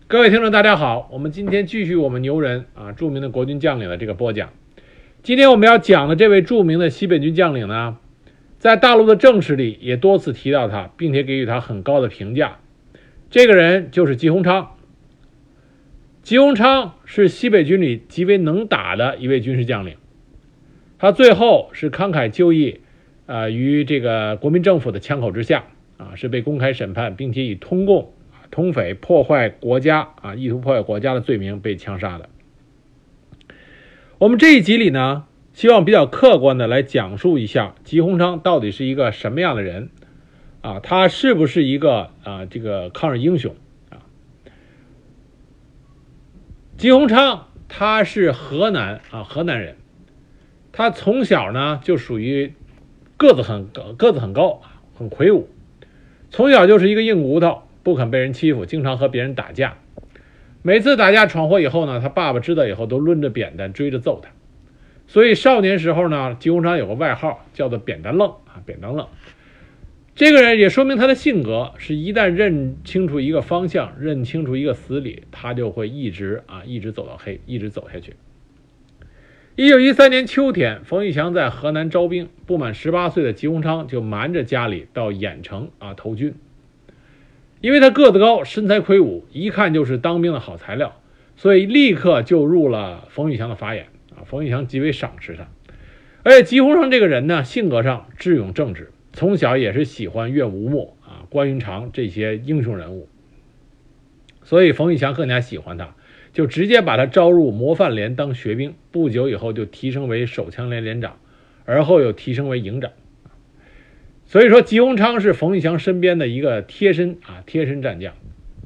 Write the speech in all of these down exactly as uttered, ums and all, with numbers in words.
各位听众大家好，我们今天继续我们牛人啊著名的国军将领的这个播讲。今天我们要讲的这位著名的西北军将领呢，在大陆的正史里也多次提到他，并且给予他很高的评价。这个人就是吉鸿昌。吉鸿昌是西北军里极为能打的一位军事将领，他最后是慷慨就义，呃，于这个国民政府的枪口之下啊，是被公开审判，并且以通共、通匪、破坏国家啊，意图破坏国家的罪名被枪杀的。我们这一集里呢，希望比较客观的来讲述一下吉鸿昌到底是一个什么样的人啊，他是不是一个啊这个抗日英雄啊？吉鸿昌他是河南啊河南人，他从小呢就属于个子很高，个子很高，很魁梧，从小就是一个硬骨头，不肯被人欺负，经常和别人打架。每次打架闯祸以后呢，他爸爸知道以后都抡着扁担追着揍他。所以少年时候呢，吉鸿昌有个外号叫做扁担愣啊，扁担愣。这个人也说明他的性格是一旦认清楚一个方向，认清楚一个死理，他就会一直啊一直走到黑，一直走下去。一九一三年秋天，冯玉祥在河南招兵，不满十八岁的吉鸿昌就瞒着家里到郾城啊投军。因为他个子高，身材魁梧，一看就是当兵的好材料，所以立刻就入了冯玉祥的法眼啊。冯玉祥极为赏识他，而且吉鸿昌这个人呢，性格上智勇正直，从小也是喜欢岳武穆啊、关云长这些英雄人物，所以冯玉祥更加喜欢他，就直接把他招入模范连当学兵，不久以后就提升为手枪连连长，而后又提升为营长。所以说吉鸿昌是冯玉祥身边的一个贴身啊贴身战将。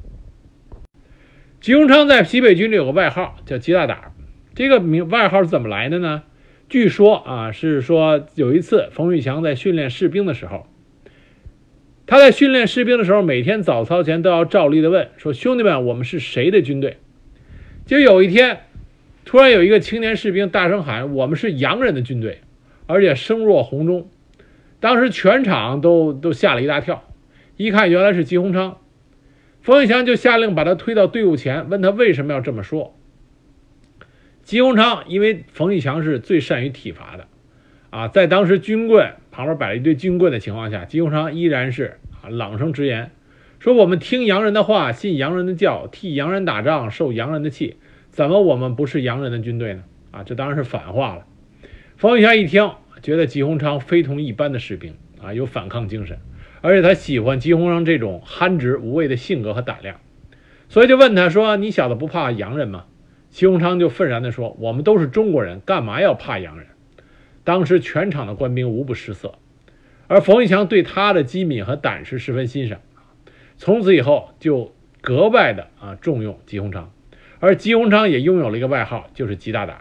吉鸿昌在西北军里有个外号叫吉大胆，这个名外号是怎么来的呢？据说啊是说有一次冯玉祥在训练士兵的时候，他在训练士兵的时候，每天早操前都要照例的问说，兄弟们，我们是谁的军队？就有一天突然有一个青年士兵大声喊，我们是洋人的军队，而且声若洪钟。当时全场都都吓了一大跳，一看原来是吉鸿昌。冯玉祥就下令把他推到队伍前，问他为什么要这么说。吉鸿昌因为冯玉祥是最善于体罚的啊，在当时军棍旁边摆了一堆军棍的情况下，吉鸿昌依然是啊朗声直言，说我们听洋人的话，信洋人的教，替洋人打仗，受洋人的气，怎么我们不是洋人的军队呢？啊，这当然是反话了。冯玉祥一听，觉得吉鸿昌非同一般的士兵啊，有反抗精神，而且他喜欢吉鸿昌这种憨直无畏的性格和胆量，所以就问他说，你小子不怕洋人吗？吉鸿昌就愤然地说，我们都是中国人，干嘛要怕洋人？当时全场的官兵无不失色，而冯玉祥对他的机敏和胆识十分欣赏，从此以后就格外的啊重用吉鸿昌，而吉鸿昌也拥有了一个外号，就是吉大胆。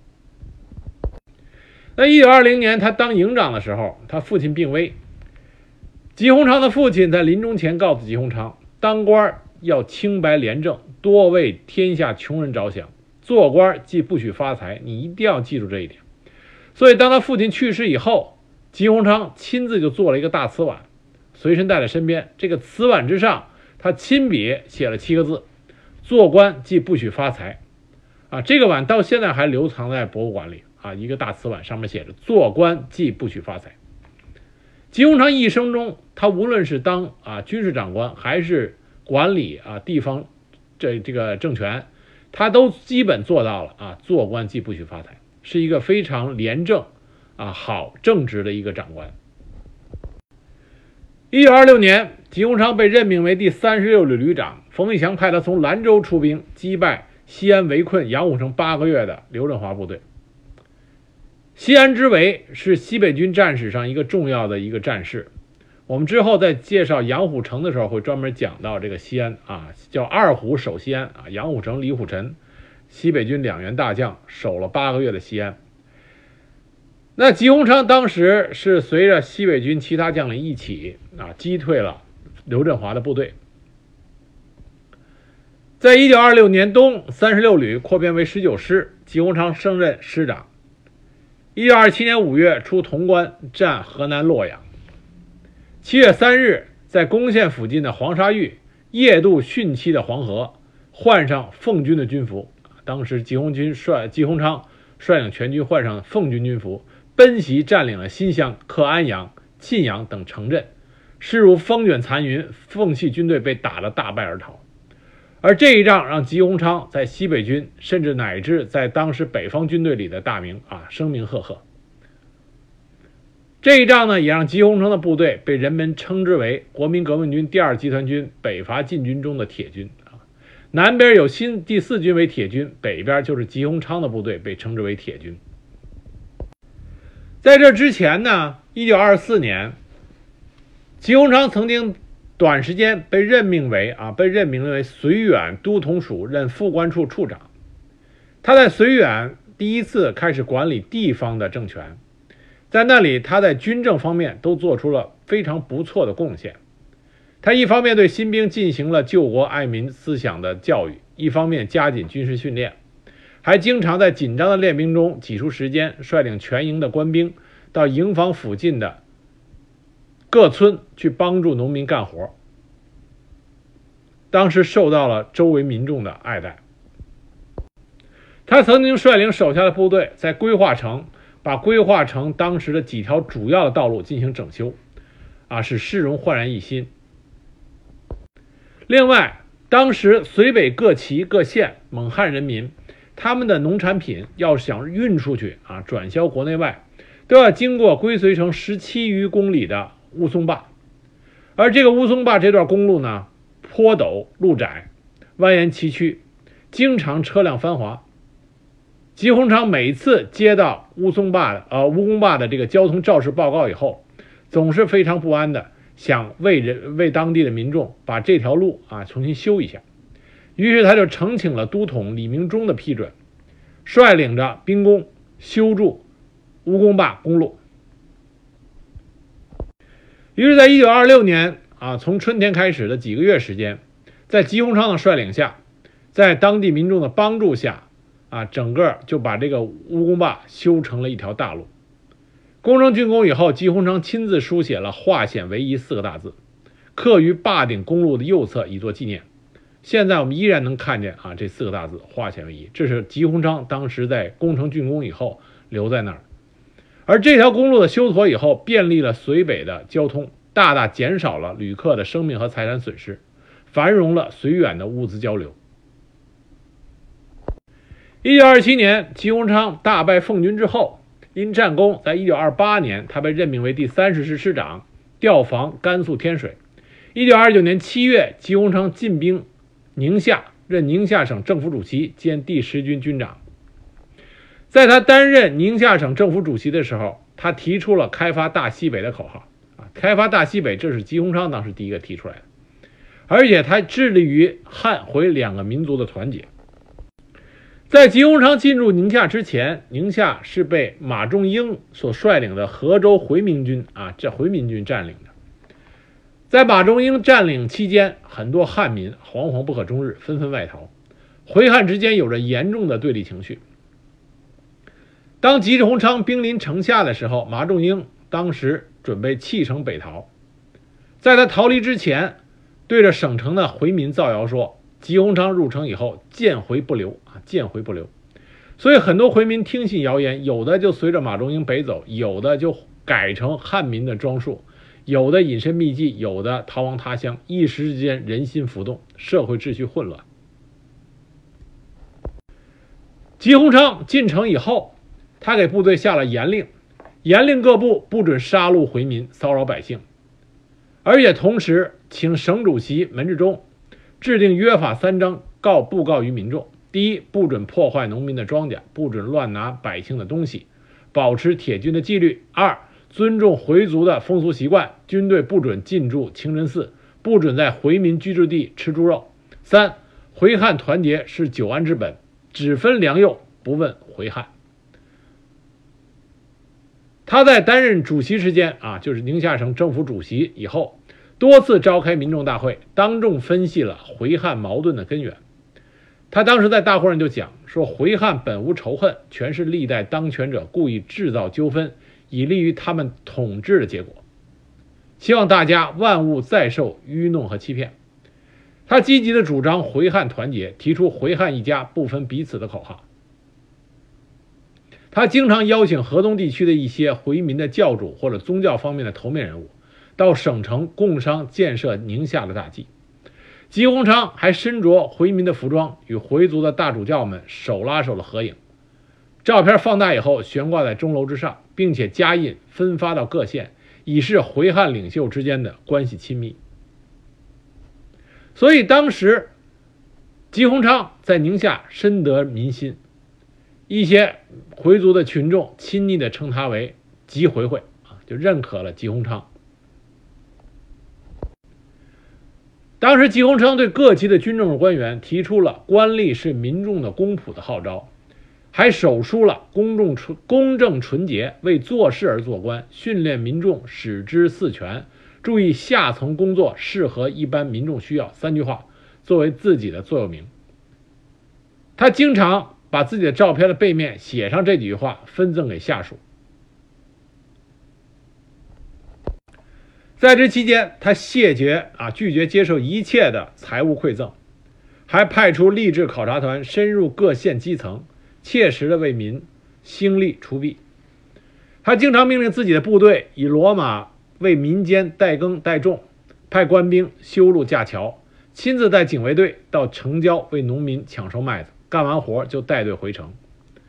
那一九二零年他当营长的时候，他父亲病危，吉鸿昌的父亲在临终前告诉吉鸿昌，当官要清白廉政，多为天下穷人着想，做官既不许发财，你一定要记住这一点。所以当他父亲去世以后，吉鸿昌亲自就做了一个大瓷碗，随身带在身边，这个瓷碗之上他亲笔写了七个字，做官既不许发财啊，这个碗到现在还留藏在博物馆里啊，一个大瓷碗，上面写着做官既不许发财。吉鸿昌一生中，他无论是当啊军事长官，还是管理啊地方这这个政权，他都基本做到了啊做官既不许发财，是一个非常廉政啊好正直的一个长官。一九二六年，吉鸿昌被任命为第三十六旅旅长，冯玉祥派他从兰州出兵，击败西安围困杨虎城八个月的刘振华部队。西安之围是西北军战史上一个重要的一个战事，我们之后在介绍杨虎城的时候会专门讲到这个西安啊，叫二虎守西安啊，杨虎城、李虎臣，西北军两员大将守了八个月的西安。那吉鸿昌当时是随着西北军其他将领一起啊击退了刘振华的部队。在一九二六年冬，三十六旅扩编为十九师，吉鸿昌升任师长。一九二七年五月出潼关，占河南洛阳。七月三日，在攻县附近的黄沙峪夜渡汛期的黄河， 换上奉军的军服，当时吉鸿军率吉鸿昌率领全军换上奉军军服，奔袭占领了新乡、克安阳、沁阳等城镇，势如风卷残云，奉系军队被打得大败而逃。而这一仗让吉鸿昌在西北军甚至乃至在当时北方军队里的大名啊声名赫赫。这一仗呢，也让吉鸿昌的部队被人们称之为国民革命军第二集团军北伐禁军中的铁军啊。南边有新第四军为铁军，北边就是吉鸿昌的部队被称之为铁军。在这之前呢，一九二四年，吉鸿昌曾经短时间被任命为啊被任命为绥远都统署任副官处处长。他在绥远第一次开始管理地方的政权。在那里，他在军政方面都做出了非常不错的贡献。他一方面对新兵进行了救国爱民思想的教育，一方面加紧军事训练，还经常在紧张的练兵中挤出时间，率领全营的官兵到营房附近的各村去帮助农民干活。当时受到了周围民众的爱戴。他曾经率领手下的部队在规划城把规划成当时的几条主要的道路进行整修，啊，使市容焕然一新。另外，当时绥北各旗各县蒙汉人民，他们的农产品要想运出去啊，转销国内外，都要经过归绥城十七余公里的乌松坝。而这个乌松坝这段公路呢，坡陡路窄，蜿蜒崎岖，经常车辆翻滑。吉鸿昌每次接到乌松坝的呃乌公坝的这个交通肇事报告以后，总是非常不安的，想为人为当地的民众把这条路啊重新修一下。于是他就呈请了都统李明忠的批准，率领着兵工修筑乌公坝公路。于是在一九二六年啊，从春天开始的几个月时间，在吉鸿昌的率领下，在当地民众的帮助下啊，整个就把这个乌公坝修成了一条大路。工程竣工以后，吉鸿昌亲自书写了化险为夷四个大字，刻于坝顶公路的右侧以作纪念。现在我们依然能看见啊这四个大字化险为夷，这是吉鸿昌当时在工程竣工以后留在那儿。而这条公路的修妥以后，便利了绥北的交通，大大减少了旅客的生命和财产损失，繁荣了绥远的物资交流。一九二七年，吉鸿昌大败奉军之后，因战功，在一九二八年他被任命为第三十师师长，调防甘肃天水。一九二九年七月，吉鸿昌进兵宁夏，任宁夏省政府主席兼第十军军长。在他担任宁夏省政府主席的时候，他提出了开发大西北的口号啊，开发大西北，这是吉鸿昌当时第一个提出来的。而且他致力于汉回两个民族的团结。在吉鸿昌进入宁夏之前，宁夏是被马仲英所率领的河州回民军啊，这回民军占领的。在马仲英占领期间，很多汉民惶惶不可终日，纷纷外逃，回汉之间有着严重的对立情绪。当吉鸿昌兵临城下的时候，马仲英当时准备弃城北逃。在他逃离之前，对着省城的回民造谣说，吉鸿昌入城以后见回不留啊，见回不留。所以很多回民听信谣言，有的就随着马仲英北走，有的就改成汉民的装束，有的隐身秘籍，有的逃亡他乡，一时之间人心浮动，社会秩序混乱。吉鸿昌进城以后，他给部队下了严令，严令各部不准杀戮回民，骚扰百姓，而且同时请省主席门志忠制定约法三章，告布告于民众。第一，不准破坏农民的庄稼，不准乱拿百姓的东西，保持铁军的纪律。二，尊重回族的风俗习惯，军队不准进驻清真寺，不准在回民居住地吃猪肉。三，回汉团结是久安之本，只分良莠，不问回汉。他在担任主席时间啊，就是宁夏省政府主席以后，多次召开民众大会，当众分析了回汉矛盾的根源。他当时在大会上就讲说，回汉本无仇恨，全是历代当权者故意制造纠纷，以利于他们统治的结果。希望大家万勿再受愚弄和欺骗。 他积极地主张回汉团结，提出回汉一家不分彼此的口号。他经常邀请河东地区的一些回民的教主或者宗教方面的头面人物到省城共商建设宁夏的大计。吉鸿昌还身着回民的服装，与回族的大主教们手拉手的合影，照片放大以后悬挂在钟楼之上，并且加印分发到各县，以示回汉领袖之间的关系亲密。所以当时吉鸿昌在宁夏深得民心，一些回族的群众亲昵地称他为吉回回，就认可了吉鸿昌。当时吉鸿昌对各级的军政官员提出了官吏是民众的公仆的号召，还手书了公众公正纯洁，为做事而做官，训练民众使之四权，注意下层工作适合一般民众需要三句话作为自己的座右铭。他经常把自己的照片的背面写上这几句话，分赠给下属。在这期间，他谢绝啊拒绝接受一切的财物馈赠，还派出励志考察团深入各县基层，切实的为民兴利除弊。他经常命令自己的部队以骡马为民间代耕代种，派官兵修路架桥，亲自带警卫队到城郊为农民抢收麦子，干完活就带队回城。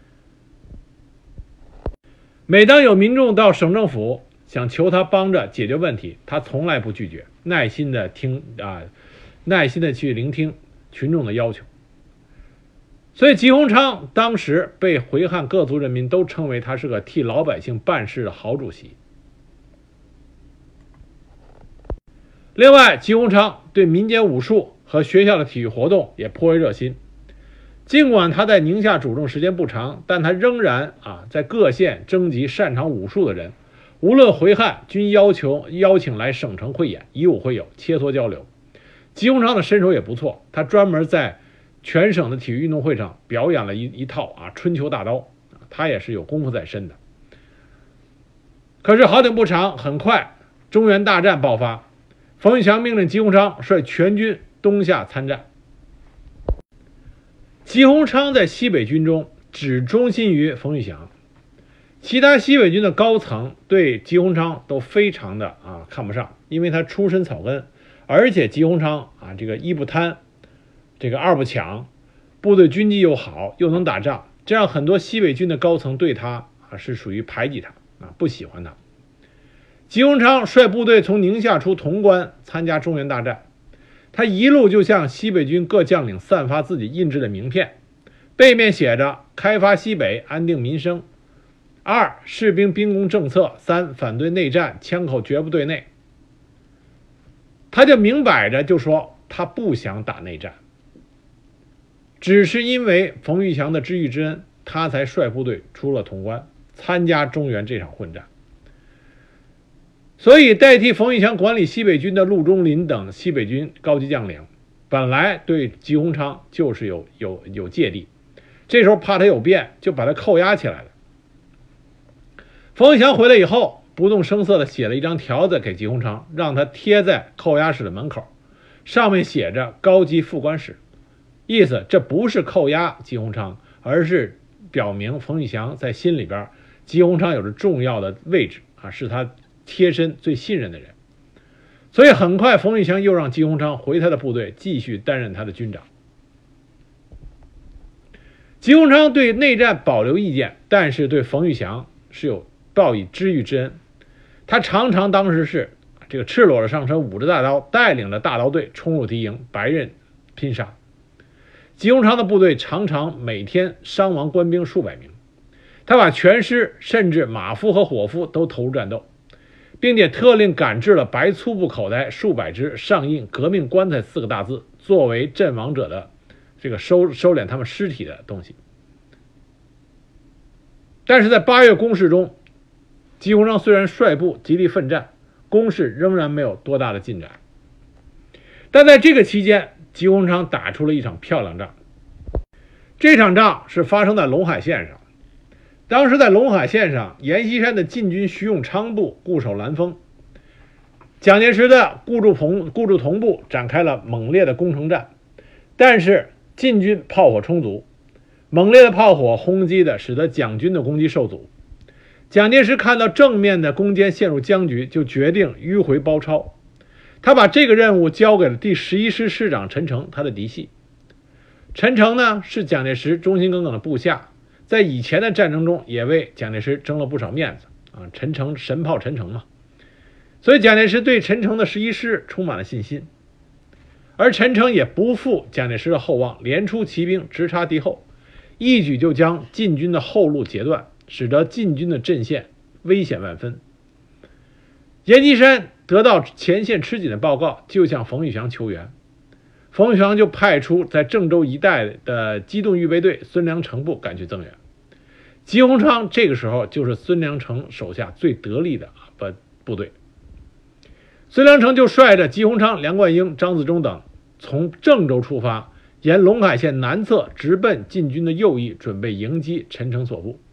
每当有民众到省政府想求他帮着解决问题，他从来不拒绝，耐心的听啊，耐心的去聆听群众的要求。所以吉鸿昌当时被回汉各族人民都称为他是个替老百姓办事的好主席。另外，吉鸿昌对民间武术和学校的体育活动也颇为热心。尽管他在宁夏主政时间不长，但他仍然啊在各县征集擅长武术的人，无论回汉均要求邀请来省城汇演，以武会友，切磋交流。吉鸿昌的身手也不错，他专门在全省的体育运动会上表演了一一套啊春秋大刀，他也是有功夫在身的。可是好景不长，很快中原大战爆发，冯玉祥命令吉鸿昌率全军东下参战。吉鸿昌在西北军中只忠心于冯玉祥，其他西北军的高层对吉鸿昌都非常的啊看不上，因为他出身草根，而且吉鸿昌啊这个一不贪，这个二不抢，部队军纪又好，又能打仗，这样很多西北军的高层对他啊是属于排挤他啊不喜欢他。吉鸿昌率部队从宁夏出潼关参加中原大战，他一路就向西北军各将领散发自己印制的名片，背面写着开发西北，安定民生，二士兵兵工政策，三反对内战，枪口绝不对内。他就明摆着就说他不想打内战，只是因为冯玉祥的知遇之恩，他才率部队出了潼关，参加中原这场混战。所以代替冯玉祥管理西北军的陆中林等西北军高级将领，本来对吉鸿昌就是有有有芥蒂，这时候怕他有变，就把他扣押起来了。冯玉祥回来以后，不动声色地写了一张条子给吉鸿昌，让他贴在扣押室的门口，上面写着高级副官室，意思这不是扣押吉鸿昌，而是表明冯玉祥在心里边吉鸿昌有着重要的位置啊，是他贴身最信任的人。所以很快冯玉祥又让吉鸿昌回他的部队继续担任他的军长。吉鸿昌对内战保留意见，但是对冯玉祥是有报以知遇之恩。他常常当时是这个赤裸着上身，捂着大刀，带领着大刀队冲入敌营，白刃拼杀。吉鸿昌的部队常常每天伤亡官兵数百名，他把全师甚至马夫和伙夫都投入战斗，并且特令赶制了白粗布口袋数百只，上印革命棺材四个大字，作为阵亡者的这个收收敛他们尸体的东西。但是在八月攻势中，吉鸿昌虽然率部极力奋战，攻势仍然没有多大的进展。但在这个期间，吉鸿昌打出了一场漂亮仗。这场仗是发生在陇海线上。当时在陇海线上，阎锡山的禁军徐永昌部固守兰丰， 蒋介石的顾祝同顾祝同部展开了猛烈的攻城战，但是晋军炮火充足，猛烈的炮火轰击的使得蒋军的攻击受阻。蒋介石看到正面的攻坚陷入僵局，就决定迂回包抄。他把这个任务交给了第十一师师长陈诚，他的嫡系。陈诚呢是蒋介石忠心耿耿的部下，在以前的战争中也为蒋介石争了不少面子啊。陈诚神炮陈诚嘛，所以蒋介石对陈诚的十一师充满了信心。而陈诚也不负蒋介石的厚望，连出骑兵直插敌后，一举就将晋军的后路截断，使得晋军的阵线危险万分。阎锡山得到前线吃紧的报告，就向冯玉祥求援。冯玉祥就派出在郑州一带的机动预备队孙良诚部赶去增援。吉鸿昌这个时候就是孙良诚手下最得力的部队，孙良诚就率着吉鸿昌、梁冠英、张自忠等从郑州出发，沿陇海线南侧直奔晋军的右翼，准备迎击陈诚所部。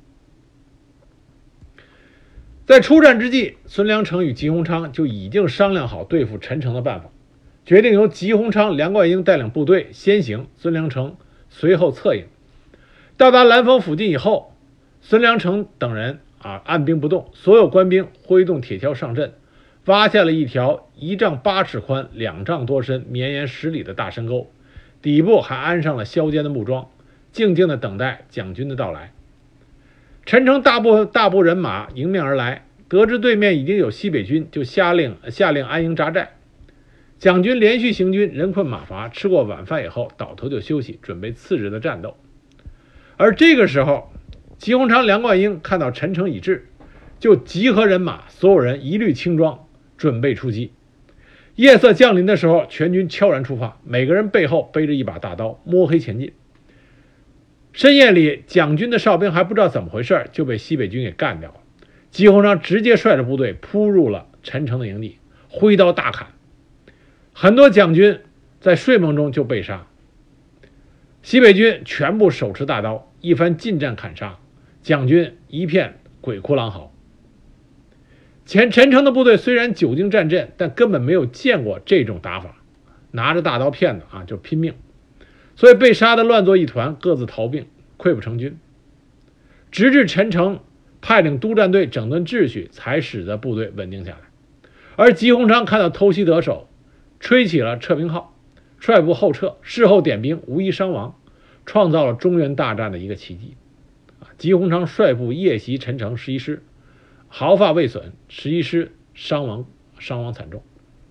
在出战之际，孙良诚与吉鸿昌就已经商量好对付陈诚的办法，决定由吉鸿昌、梁冠英带领部队先行，孙良诚随后策应。到达兰峰附近以后，孙良诚等人啊按兵不动，所有官兵挥动铁锹上阵，挖下了一条一丈八尺宽、两丈多深、绵延十里的大深沟，底部还安上了削尖的木桩，静静地等待蒋军的到来。陈诚大部大部人马迎面而来，得知对面已经有西北军，就下令下令安营扎寨。蒋军连续行军，人困马乏，吃过晚饭以后倒头就休息，准备次日的战斗。而这个时候，吉鸿昌、梁冠英看到陈诚已至，就集合人马，所有人一律轻装，准备出击。夜色降临的时候，全军悄然出发，每个人背后背着一把大刀，摸黑前进。深夜里，蒋军的哨兵还不知道怎么回事，就被西北军给干掉了。吉鸿昌直接率着部队扑入了陈诚的营地，挥刀大砍，很多蒋军在睡梦中就被杀。西北军全部手持大刀，一番近战砍杀，蒋军一片鬼哭狼嚎。前陈诚的部队虽然久经战阵，但根本没有见过这种打法，拿着大刀片子啊就拼命，所以被杀的乱作一团，各自逃命，溃不成军。直至陈诚派领督战队整顿秩序，才使得部队稳定下来。而吉鸿昌看到偷袭得手，吹起了撤兵号，率部后撤，事后点兵，无一伤亡，创造了中原大战的一个奇迹。吉鸿昌率部夜袭陈诚十一师，毫发未损，十一师伤亡伤亡惨重。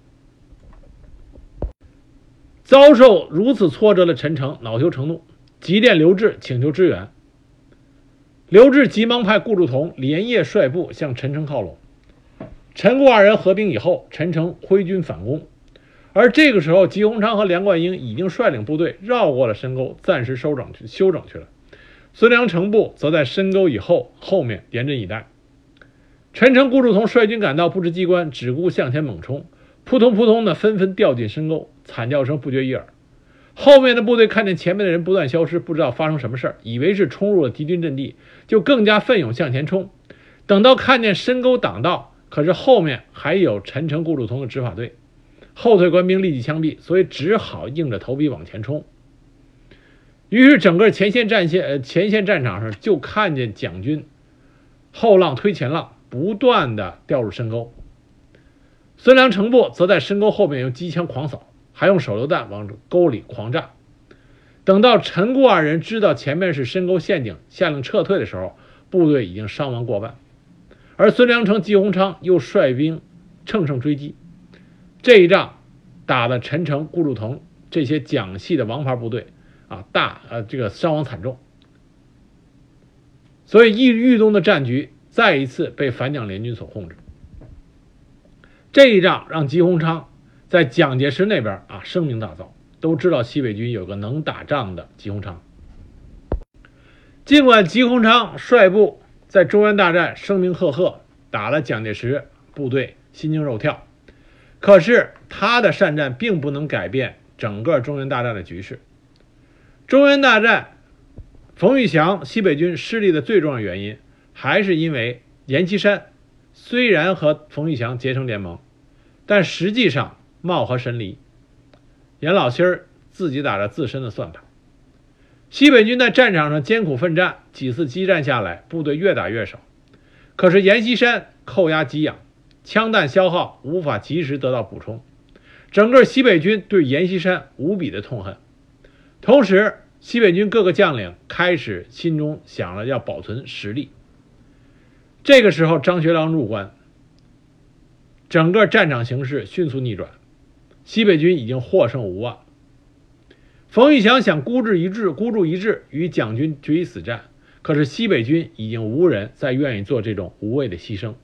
遭受如此挫折的陈诚恼羞成怒，急电刘志请求支援。刘志急忙派顾祝同连夜率部向陈诚靠拢。陈顾二人合兵以后，陈诚挥军反攻，而这个时候吉鸿昌和梁冠英已经率领部队绕过了深沟，暂时收整去休整去了。孙良诚部则在深沟以后后面严阵以待。陈诚、顾祝同率军赶到，布置机关，只顾向前猛冲，扑通扑通的纷纷掉进深沟，惨叫声不绝于耳。后面的部队看见前面的人不断消失，不知道发生什么事，以为是冲入了敌军阵地，就更加奋勇向前冲。等到看见深沟挡道，可是后面还有陈诚、顾祝同的执法队，后退官兵立即枪毙，所以只好硬着头皮往前冲。于是整个前线战线呃前线战场上就看见蒋军后浪推前浪，不断的掉入深沟。孙良诚部则在深沟后面用机枪狂扫，还用手榴弹往沟里狂炸。等到陈顾二人知道前面是深沟陷阱，下令撤退的时候，部队已经伤亡过半。而孙良诚、吉鸿昌又率兵乘胜追击，这一仗打的陈诚、顾祝同这些蒋系的王牌部队啊，大呃这个伤亡惨重。所以豫东的战局再一次被反蒋联军所控制。这一仗让吉鸿昌在蒋介石那边啊声名大噪，都知道西北军有个能打仗的吉鸿昌。尽管吉鸿昌率部在中原大战声名赫赫，打了蒋介石部队心惊肉跳，可是他的善战并不能改变整个中原大战的局势。中原大战冯玉祥西北军失利的最重要原因，还是因为阎锡山虽然和冯玉祥结成联盟， 但实际上貌合神离，严老七儿自己打着自身的算盘。西北军在战场上艰苦奋战，几次激战下来，部队越打越少。可是阎锡山扣押给养，枪弹消耗，无法及时得到补充，整个西北军对阎锡山无比的痛恨。同时，西北军各个将领开始心中想了要保存实力。这个时候，张学良入关，整个战场形势迅速逆转，西北军已经获胜无望。冯玉祥想孤注一掷，孤注一掷与蒋军决一死战，可是西北军已经无人再愿意做这种无谓的牺牲。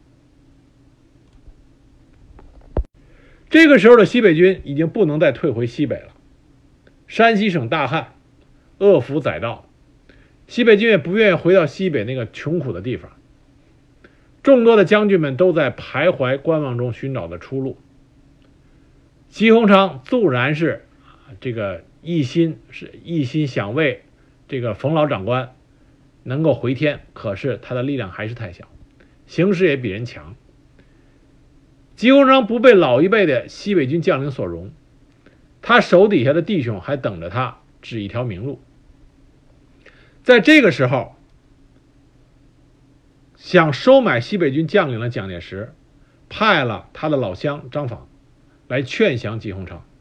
这个时候的西北军已经不能再退回西北了，山西省大旱，恶腐载道，西北军也不愿意回到西北那个穷苦的地方。众多的将军们都在徘徊观望中寻找的出路。吉鸿昌自然是这个一心是一心想为这个冯老长官能够回天，可是他的力量还是太小，形势也比人强。吉鸿昌不被老一辈的西北军将领所容，他手底下的弟兄还等着他指一条明路。在这个时候，想收买西北军将领的蒋介石派了他的老乡张访来劝降吉鸿昌。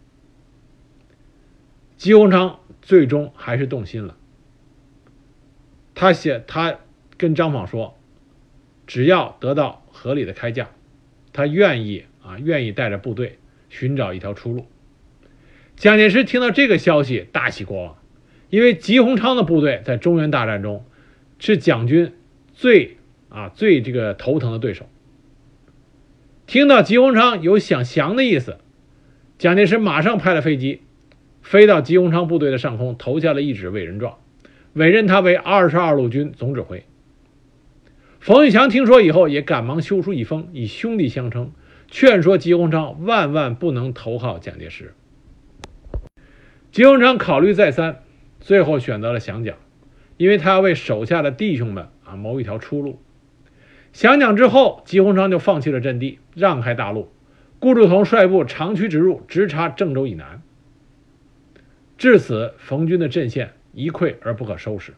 吉鸿昌最终还是动心了，他写他跟张访说，只要得到合理的开价，他愿意啊愿意带着部队寻找一条出路。蒋介石听到这个消息大喜过望，因为吉鸿昌的部队在中原大战中是蒋军最啊最这个头疼的对手。听到吉鸿昌有想降的意思，蒋介石马上派了飞机飞到吉鸿昌部队的上空，投下了一纸委任状，委任他为二十二路军总指挥。冯玉祥听说以后也赶忙修书一封，以兄弟相称，劝说吉鸿昌万万不能投靠蒋介石。吉鸿昌考虑再三，最后选择了降蒋，因为他要为手下的弟兄们啊谋一条出路。降蒋之后，吉鸿昌就放弃了阵地，让开大路，顾祝同率部长驱直入，直插郑州以南。至此，冯军的阵线一溃而不可收拾。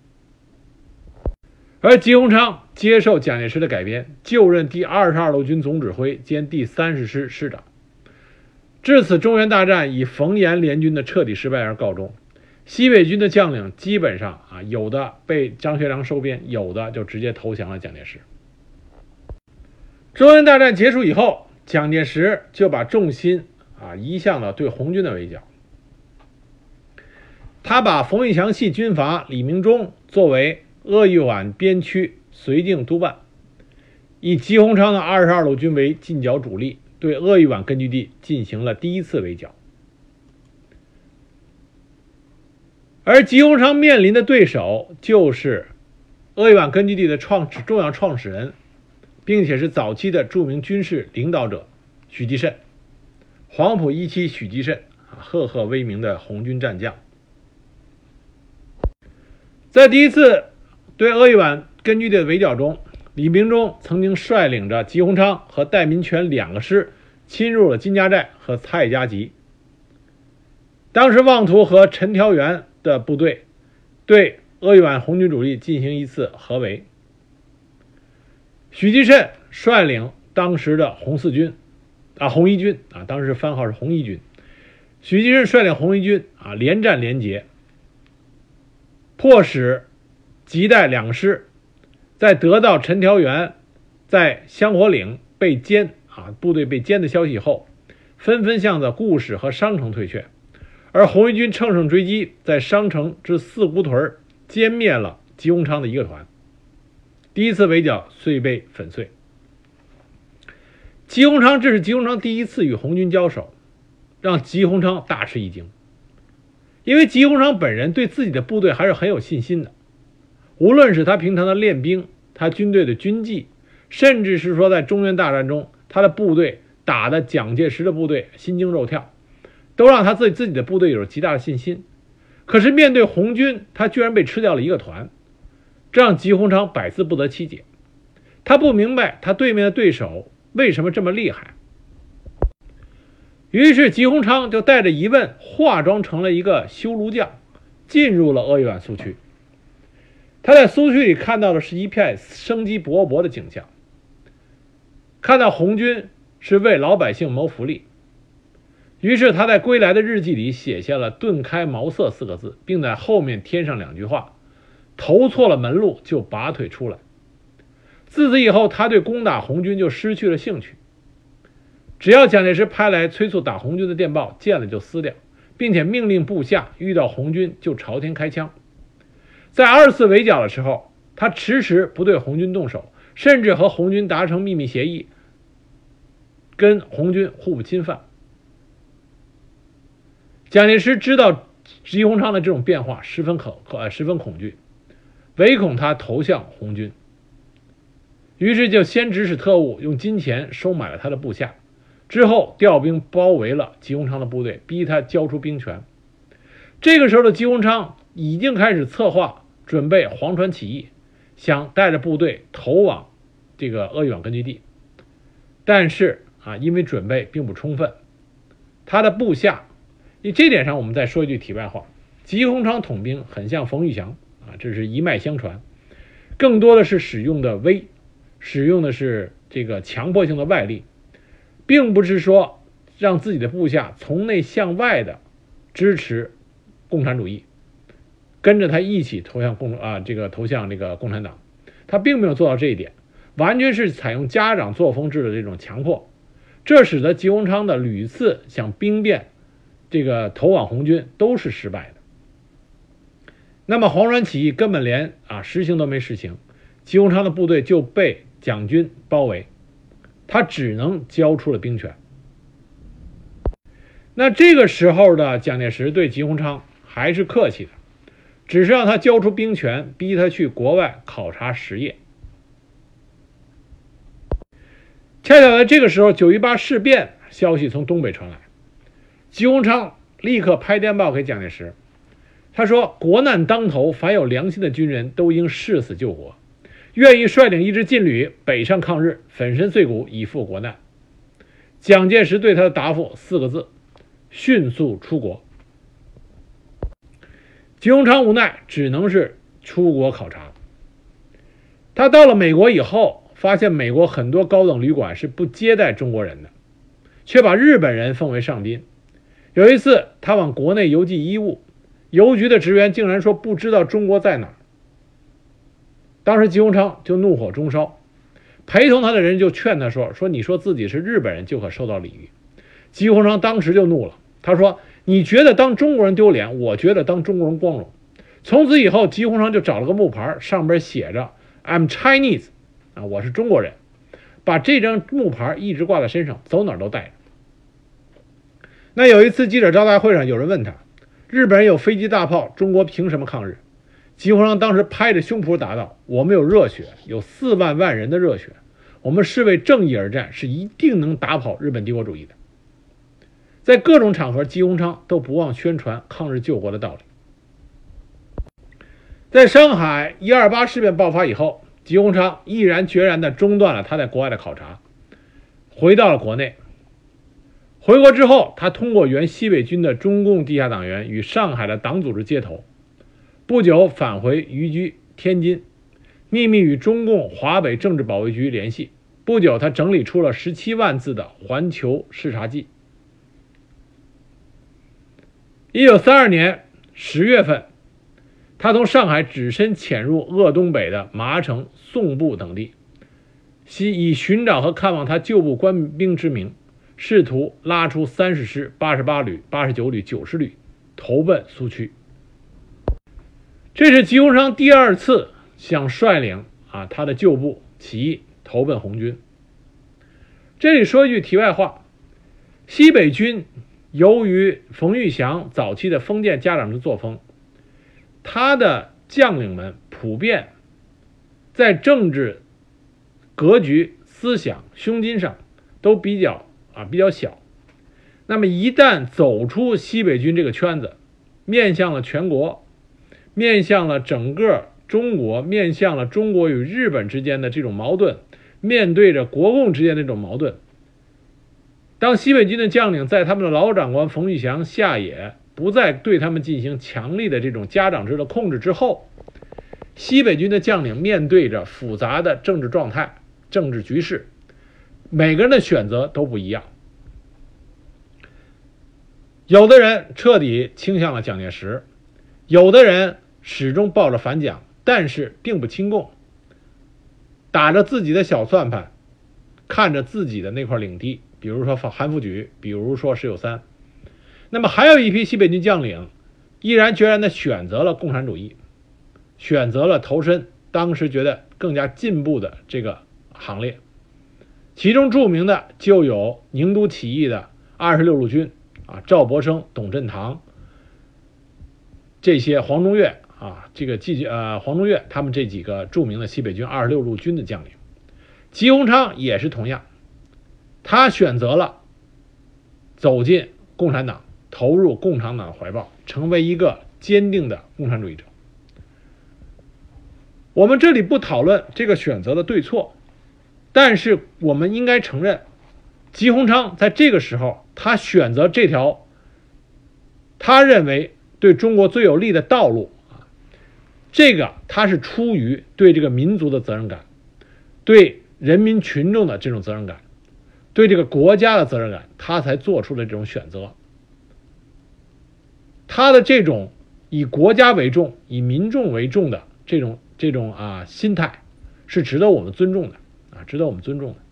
而吉鸿昌接受蒋介石的改编，就任第二十二路军总指挥兼第三十师师长。至此，中原大战以冯阎联军的彻底失败而告终。西北军的将领基本上啊，有的被张学良收编，有的就直接投降了蒋介石。中原大战结束以后，蒋介石就把重心啊移向了对红军的围剿。他把冯玉祥系军阀李明忠作为鄂豫皖边区绥靖督办，以吉鸿昌的二十二路军为进剿主力，对鄂豫皖根据地进行了第一次围剿。而吉鸿昌面临的对手就是鄂豫皖根据地的创始重要创始人，并且是早期的著名军事领导者许继慎，黄埔一期许继慎啊，赫赫威名的红军战将。在第一次对鄂豫皖根据地的围剿中，李明忠曾经率领着吉鸿昌和戴民权两个师侵入了金家寨和蔡家集。当时妄图和陈调元的部队对鄂豫皖红军主力进行一次合围。许继慎率领当时的红四军啊红一军啊，当时番号是红一军。许继慎率领红一军啊连战连捷，迫使吉代两个师在得到陈调元在香火岭被歼啊部队被歼的消息后，纷纷向着固始和商城退却。而红一军乘胜追击，在商城至四湖屯歼灭了吉鸿昌的一个团，第一次围剿遂被粉碎。吉鸿昌这是吉鸿昌第一次与红军交手，让吉鸿昌大吃一惊。因为吉鸿昌本人对自己的部队还是很有信心的，无论是他平常的练兵，他军队的军纪，甚至是说在中原大战中他的部队打的蒋介石的部队心惊肉跳，都让他对自己的部队有极大的信心。可是面对红军，他居然被吃掉了一个团，这让吉鸿昌百思不得其解。他不明白他对面的对手为什么这么厉害。 于是吉鸿昌就带着疑问，化妆成了一个修炉匠，进入了鄂豫皖苏区。他在苏区里看到的是一片生机勃勃的景象，看到红军是为老百姓谋福利，于是他在归来的日记里写下了顿开茅塞四个字，并在后面添上两句话：投错了门路就拔腿出来。自此以后，他对攻打红军就失去了兴趣，只要蒋介石派来催促打红军的电报，见了就撕掉，并且命令部下遇到红军就朝天开枪。在二次围剿的时候，他迟迟不对红军动手，甚至和红军达成秘密协议，跟红军互不侵犯。蒋介石知道吉鸿昌的这种变化，十分可呃十分恐惧，唯恐他投向红军，于是就先指使特务用金钱收买了他的部下，之后调兵包围了吉鸿昌的部队，逼他交出兵权。这个时候的吉鸿昌已经开始策划准备黄川起义，想带着部队投往这个鄂豫皖根据地，但是啊，因为准备并不充分，他的部下，这点上我们再说一句题外话，吉鸿昌统兵很像冯玉祥啊，这是一脉相传，更多的是使用的威，使用的是这个强迫性的外力，并不是说让自己的部下从内向外的支持共产主义，跟着他一起投向共啊这个投向这个共产党，他并没有做到这一点，完全是采用家长作风制的这种强迫，这使得吉鸿昌的屡次想兵变这个投往红军都是失败的。那么黄川起义根本连啊实行都没实行，吉鸿昌的部队就被蒋军包围，他只能交出了兵权。那这个时候的蒋介石对吉鸿昌还是客气的，只是让他交出兵权，逼他去国外考察实业。恰巧在这个时候，九一八事变消息从东北传来，吉鸿昌立刻拍电报给蒋介石，他说：国难当头，凡有良心的军人都应誓死救国，愿意率领一支劲旅北上抗日，粉身碎骨以赴国难。蒋介石对他的答复四个字：迅速出国。吉鸿昌无奈，只能是出国考察。他到了美国以后，发现美国很多高等旅馆是不接待中国人的，却把日本人奉为上宾。有一次他往国内邮寄衣物，邮局的职员竟然说不知道中国在哪儿。当时吉鸿昌就怒火中烧，陪同他的人就劝他说说你说自己是日本人就可受到礼遇。吉鸿昌当时就怒了，他说你觉得当中国人丢脸，我觉得当中国人光荣。从此以后，吉鸿昌就找了个木牌，上边写着 I'm Chinese 啊，我是中国人，把这张木牌一直挂在身上，走哪儿都带着。那有一次记者招待会上，有人问他，日本人有飞机大炮，中国凭什么抗日？吉鸿昌当时拍着胸脯答道，我们有热血，有四万万人的热血，我们是为正义而战，是一定能打跑日本帝国主义的。在各种场合，吉鸿昌都不忘宣传抗日救国的道理。在上海一二八事变爆发以后，吉鸿昌毅然决然地中断了他在国外的考察，回到了国内。回国之后，他通过原西北军的中共地下党员与上海的党组织接头，不久返回寓居天津，秘密与中共华北政治保卫局联系。不久，他整理出了十七万字的《环球视察记》。一九三二年十月份，他从上海只身潜入鄂东北的麻城、宋埠等地，以寻找和看望他旧部官兵之名，试图拉出三十师、八十八旅、八十九旅、九十旅，投奔苏区。这是吉鸿昌第二次想率领啊他的旧部起义投奔红军。这里说一句题外话，西北军由于冯玉祥早期的封建家长制作风，他的将领们普遍在政治格局、思想、胸襟上都比较啊比较小。那么一旦走出西北军这个圈子，面向了全国，面向了整个中国，面向了中国与日本之间的这种矛盾，面对着国共之间的这种矛盾， 当西北军的将领在他们的老长官冯玉祥下野，不再对他们进行强力的这种家长制的控制之后，西北军的将领面对着复杂的政治状态、政治局势，每个人的选择都不一样。有的人彻底倾向了蒋介石，有的人始终抱着反蒋，但是并不亲共，打着自己的小算盘，看着自己的那块领地，比如说韩复榘，比如说石友三。那么还有一批西北军将领毅然决然地选择了共产主义，选择了投身当时觉得更加进步的这个行列。其中著名的就有宁都起义的二十六路军啊，赵博生、董振堂，这些黄中岳啊，这个季呃黄中岳他们这几个著名的西北军二十六路军的将领。吉鸿昌也是同样，他选择了走进共产党，投入共产党的怀抱，成为一个坚定的共产主义者。我们这里不讨论这个选择的对错，但是我们应该承认，吉鸿昌在这个时候他选择这条他认为对中国最有利的道路啊，这个他是出于对这个民族的责任感，对人民群众的这种责任感，对这个国家的责任感，他才做出了这种选择。他的这种以国家为重、以民众为重的这种这种啊心态，是值得我们尊重的啊，值得我们尊重的。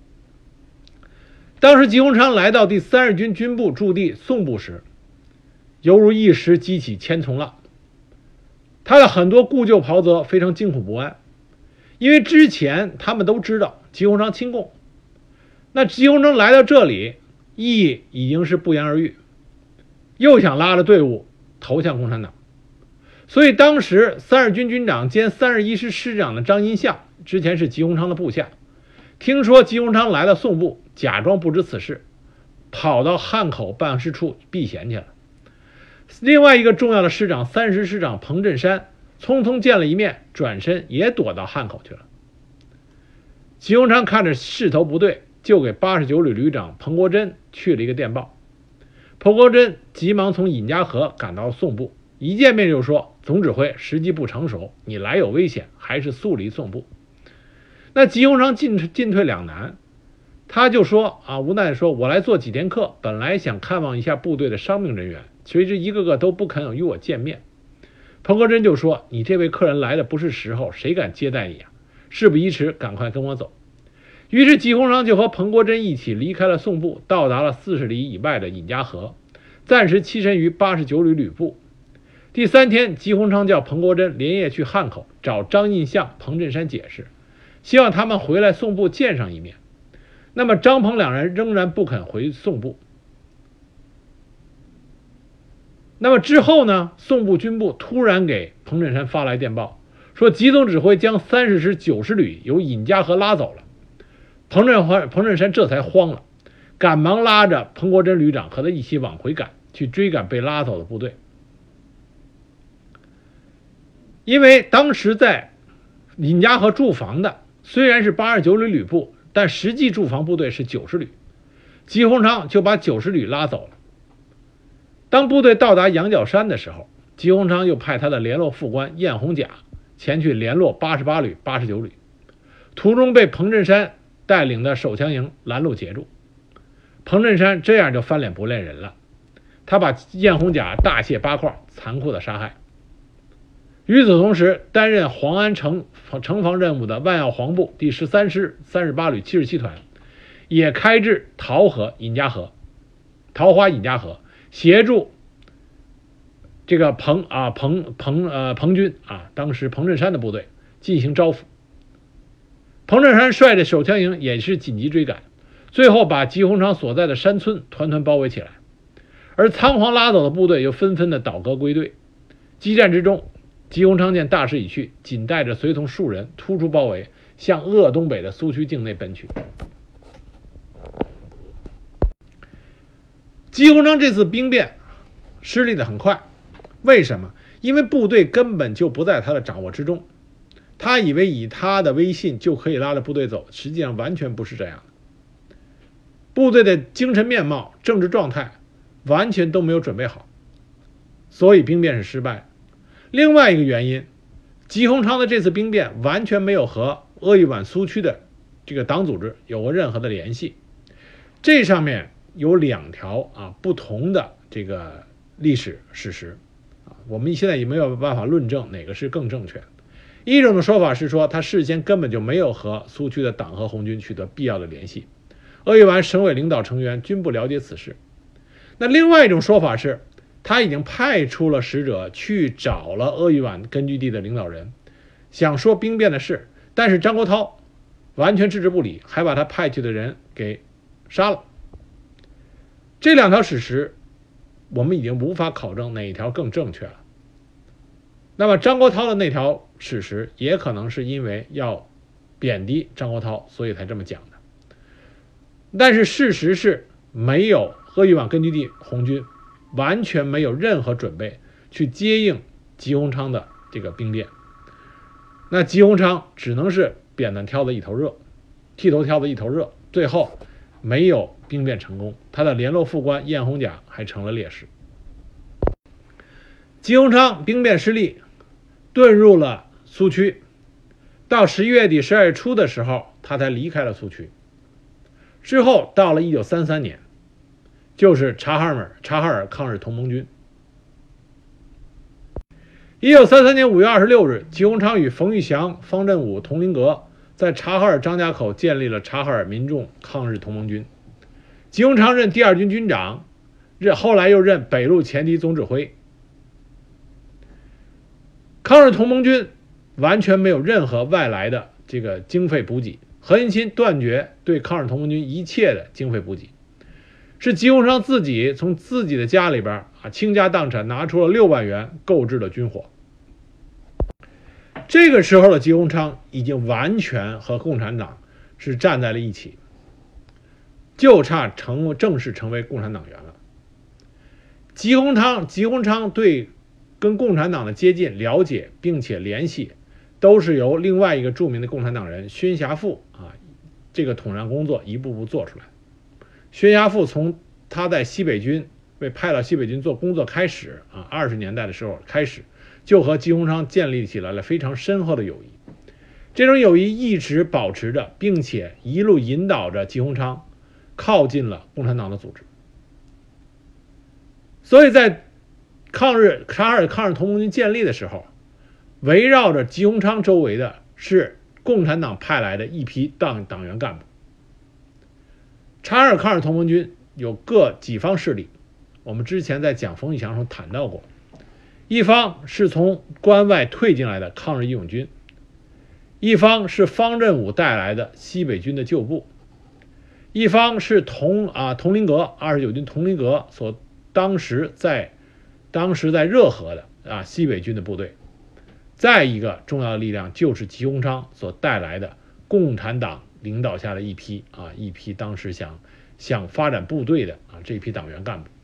当时吉鸿昌来到第三十军军部驻地宋部时，犹如一时激起千重浪。他的很多故旧袍泽非常惊恐不安，因为之前他们都知道吉鸿昌亲共，那吉鸿昌来到这里，意义已经是不言而喻，又想拉着队伍投向共产党。所以当时三十军军长兼三十一师师长的张荫相，之前是吉鸿昌的部下，听说吉鸿昌来了宋部，假装不知此事，跑到汉口办事处避嫌去了。另外一个重要的师长三十师长彭振山匆匆见了一面，转身也躲到汉口去了。吉鸿昌看着势头不对，就给八十九旅旅长彭国珍去了一个电报。彭国珍急忙从尹家河赶到宋部，一见面就说，总指挥时机不成熟，你来有危险，还是速离宋部。那吉鸿昌进进退两难，他就说啊，无奈说，我来做几天客，本来想看望一下部队的伤病人员，谁知一个个都不肯与我见面。彭国珍就说，你这位客人来的不是时候，谁敢接待你啊？事不宜迟，赶快跟我走。于是吉鸿昌就和彭国珍一起离开了宋部，到达了四十里以外的尹家河，暂时栖身于八十九旅旅部。第三天，吉鸿昌叫彭国珍连夜去汉口找张荫相、彭振山解释，希望他们回来宋部见上一面。那么张彭两人仍然不肯回宋部。那么之后呢，宋部军部突然给彭振山发来电报，说吉总指挥将三十师九十旅由尹家河拉走了。彭振彭振山这才慌了，赶忙拉着彭国珍旅长和他一起往回赶，去追赶被拉走的部队。因为当时在尹家河驻防的虽然是八十九旅旅部，但实际驻防部队是九十旅，吉鸿昌就把九十旅拉走了。当部队到达羊角山的时候，吉鸿昌又派他的联络副官晏洪甲前去联络八十八旅、八十九旅，途中被彭振山带领的手枪营拦路截住。彭振山这样就翻脸不认人了，他把晏洪甲大卸八块，残酷的杀害。与此同时，担任黄安城城防任务的万耀黄部第十三师三十八旅七十七团也开至桃河尹家河桃花尹家河，协助这个彭啊彭彭呃彭军啊当时彭振山的部队进行招抚。彭振山率着手枪营也是紧急追赶，最后把吉鸿昌所在的山村团团包围起来，而仓皇拉走的部队又纷纷的倒戈归队。激战之中，吉鸿昌见大势已去，仅带着随从数人突出包围，向鄂东北的苏区境内奔去。吉鸿昌这次兵变失利的很快，为什么？因为部队根本就不在他的掌握之中，他以为以他的威信就可以拉着部队走，实际上完全不是这样的。 部队的精神面貌、政治状态完全都没有准备好，所以兵变是失败。另外一个原因，吉鸿昌的这次兵变完全没有和鄂豫皖苏区的这个党组织有过任何的联系。这上面有两条啊不同的这个历史事实啊，我们现在也没有办法论证哪个是更正确。一种的说法是说，他事先根本就没有和苏区的党和红军取得必要的联系，鄂豫皖省委领导成员均不了解此事。那另外一种说法是，他已经派出了使者去找了鄂豫皖根据地的领导人，想说兵变的事，但是张国焘完全置之不理，还把他派去的人给杀了。这两条史实我们已经无法考证哪一条更正确了。那么张国焘的那条史实也可能是因为要贬低张国焘，所以才这么讲的。但是事实是，没有鄂豫皖根据地红军完全没有任何准备去接应吉鸿昌的这个兵变，那吉鸿昌只能是扁担挑的一头热，剃头挑的一头热，最后没有兵变成功，他的联络副官晏洪甲还成了烈士。吉鸿昌兵变失利，遁入了苏区，到十一月底十二月初的时候，他才离开了苏区。之后到了一九三三年，就是察哈尔察哈尔抗日同盟军。一九三三年五月二十六日，吉鸿昌与冯玉祥、方振武、佟麟阁在察哈尔张家口建立了察哈尔民众抗日同盟军。吉鸿昌任第二军军长，后来又任北路前敌总指挥。抗日同盟军完全没有任何外来的这个经费补给，何应钦断绝对抗日同盟军一切的经费补给，是吉鸿昌自己从自己的家里边啊倾家荡产拿出了六万元购置了军火。这个时候的吉鸿昌已经完全和共产党是站在了一起，就差成正式成为共产党员了。吉鸿昌吉鸿昌对跟共产党的接近、了解并且联系，都是由另外一个著名的共产党人宣侠父啊这个统战工作一步步做出来。宣侠父从他在西北军被派到西北军做工作开始啊，二十年代的时候开始，就和吉鸿昌建立起来了非常深厚的友谊。这种友谊一直保持着，并且一路引导着吉鸿昌靠近了共产党的组织。所以在抗日察哈尔抗日同盟军建立的时候，围绕着吉鸿昌周围的是共产党派来的一批党党员干部。察哈尔抗日同盟军有各几方势力，我们之前在讲冯玉祥时谈到过。一方是从关外退进来的抗日义勇军，一方是方振武带来的西北军的旧部，一方是佟啊佟麟阁二十九军佟麟阁所当时在当时在热河的啊西北军的部队，再一个重要的力量就是吉鸿昌所带来的共产党领导下的一批啊一批当时想想发展部队的啊这批党员干部。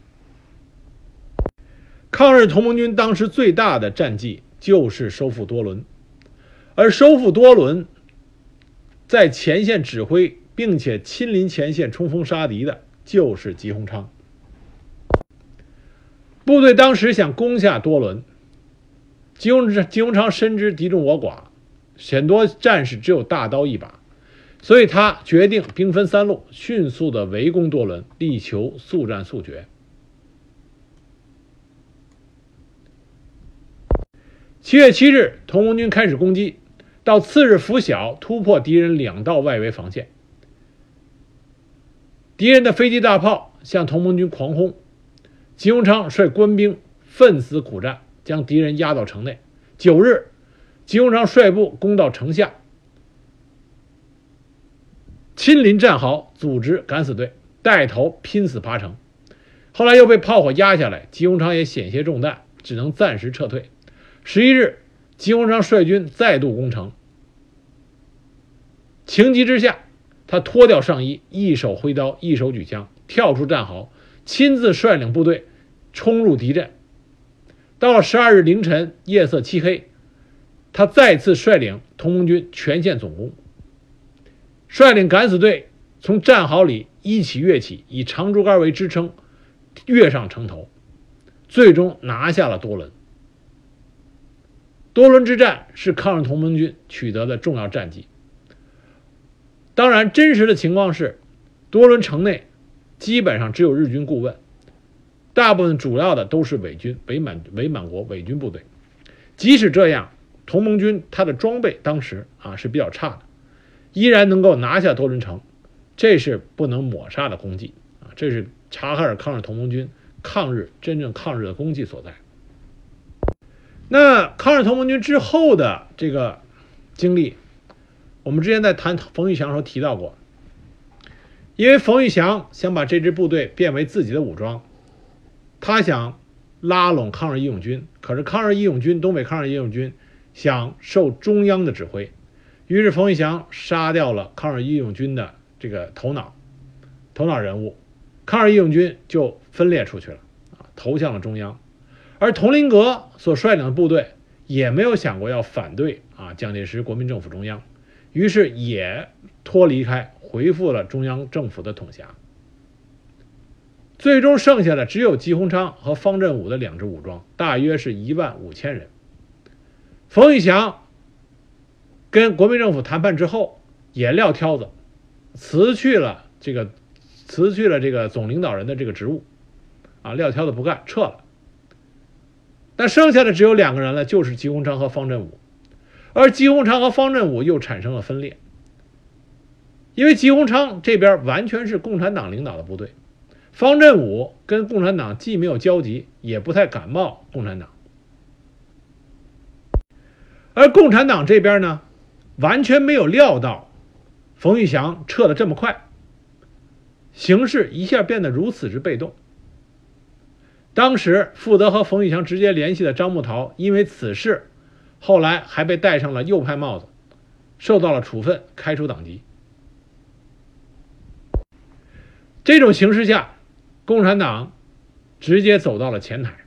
抗日同盟军当时最大的战绩就是收复多伦，而收复多伦在前线指挥并且亲临前线冲锋杀敌的就是吉鸿昌。部队当时想攻下多伦，吉鸿吉鸿昌深知敌众我寡，很多战士只有大刀一把，所以他决定兵分三路，迅速的围攻多伦，力求速战速决。七月七日，同盟军开始攻击，到次日拂晓，突破敌人两道外围防线。敌人的飞机大炮向同盟军狂轰，吉鸿昌率官兵奋死苦战，将敌人压到城内。九日，吉鸿昌率部攻到城下，亲临战壕，组织敢死队，带头拼死爬城。后来又被炮火压下来，吉鸿昌也险些中弹，只能暂时撤退。十一日，吉鸿昌率军再度攻城。情急之下，他脱掉上衣，一手挥刀，一手举枪，跳出战壕，亲自率领部队冲入敌阵。到了十二日凌晨，夜色漆黑，他再次率领同盟军全线总攻，率领敢死队从战壕里一起跃起，以长竹竿为支撑，跃上城头，最终拿下了多伦。多伦之战是抗日同盟军取得的重要战绩。当然，真实的情况是，多伦城内基本上只有日军顾问，大部分主要的都是伪军、伪满伪满国伪军部队。即使这样，同盟军它的装备当时啊是比较差的，依然能够拿下多伦城，这是不能抹杀的功绩啊！这是察哈尔抗日同盟军抗日真正抗日的功绩所在。那抗日同盟军之后的这个经历，我们之前在谈冯玉祥的时候提到过，因为冯玉祥想把这支部队变为自己的武装，他想拉拢抗日义勇军，可是抗日义勇军东北抗日义勇军想受中央的指挥，于是冯玉祥杀掉了抗日义勇军的这个头脑头脑人物，抗日义勇军就分裂出去了啊，投向了中央。而佟麟阁所率领的部队也没有想过要反对啊蒋介石国民政府中央，于是也脱离开，回复了中央政府的统辖。最终剩下的只有吉鸿昌和方振武的两支武装，大约是一万五千人。冯玉祥跟国民政府谈判之后，也撂挑子，辞去了这个辞去了这个总领导人的这个职务，啊，撂挑子不干，撤了。那剩下的只有两个人了，就是吉鸿昌和方振武。而吉鸿昌和方振武又产生了分裂，因为吉鸿昌这边完全是共产党领导的部队，方振武跟共产党既没有交集，也不太感冒共产党。而共产党这边呢，完全没有料到冯玉祥撤得这么快，形势一下变得如此之被动。当时负责和冯玉祥直接联系的张木桃，因为此事后来还被戴上了右派帽子，受到了处分，开除党籍。这种形势下，共产党直接走到了前台，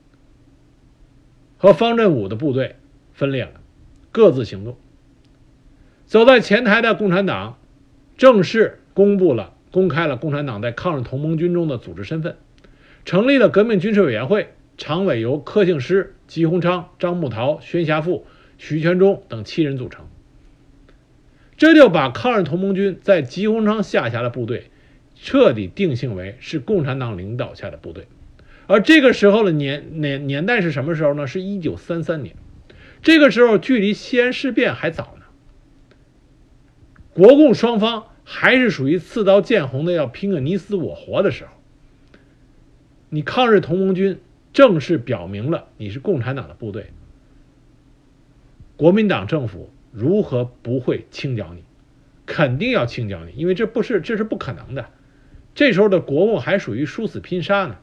和方振武的部队分裂了，各自行动。走在前台的共产党正式公布了公开了共产党在抗日同盟军中的组织身份，成立了革命军事委员会，常委由柯庆施、吉鸿昌、张木桃、宣侠富、徐全忠等七人组成。这就把抗日同盟军在吉鸿昌下辖的部队彻底定性为是共产党领导下的部队。而这个时候的年年年代是什么时候呢？是一九三三年。这个时候距离西安事变还早呢，国共双方还是属于刺刀见红的要拼个你死我活的时候。你抗日同盟军正式表明了你是共产党的部队，国民党政府如何不会清剿你？肯定要清剿你，因为这不是这是不可能的。这时候的国共还属于殊死拼杀呢。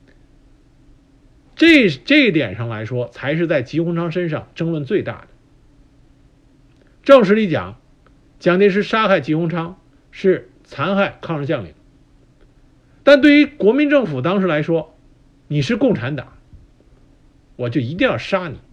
这这一点上来说，才是在吉鸿昌身上争论最大的。正史里讲，蒋介石杀害吉鸿昌是残害抗日将领，但对于国民政府当时来说，你是共产党，我就一定要杀你。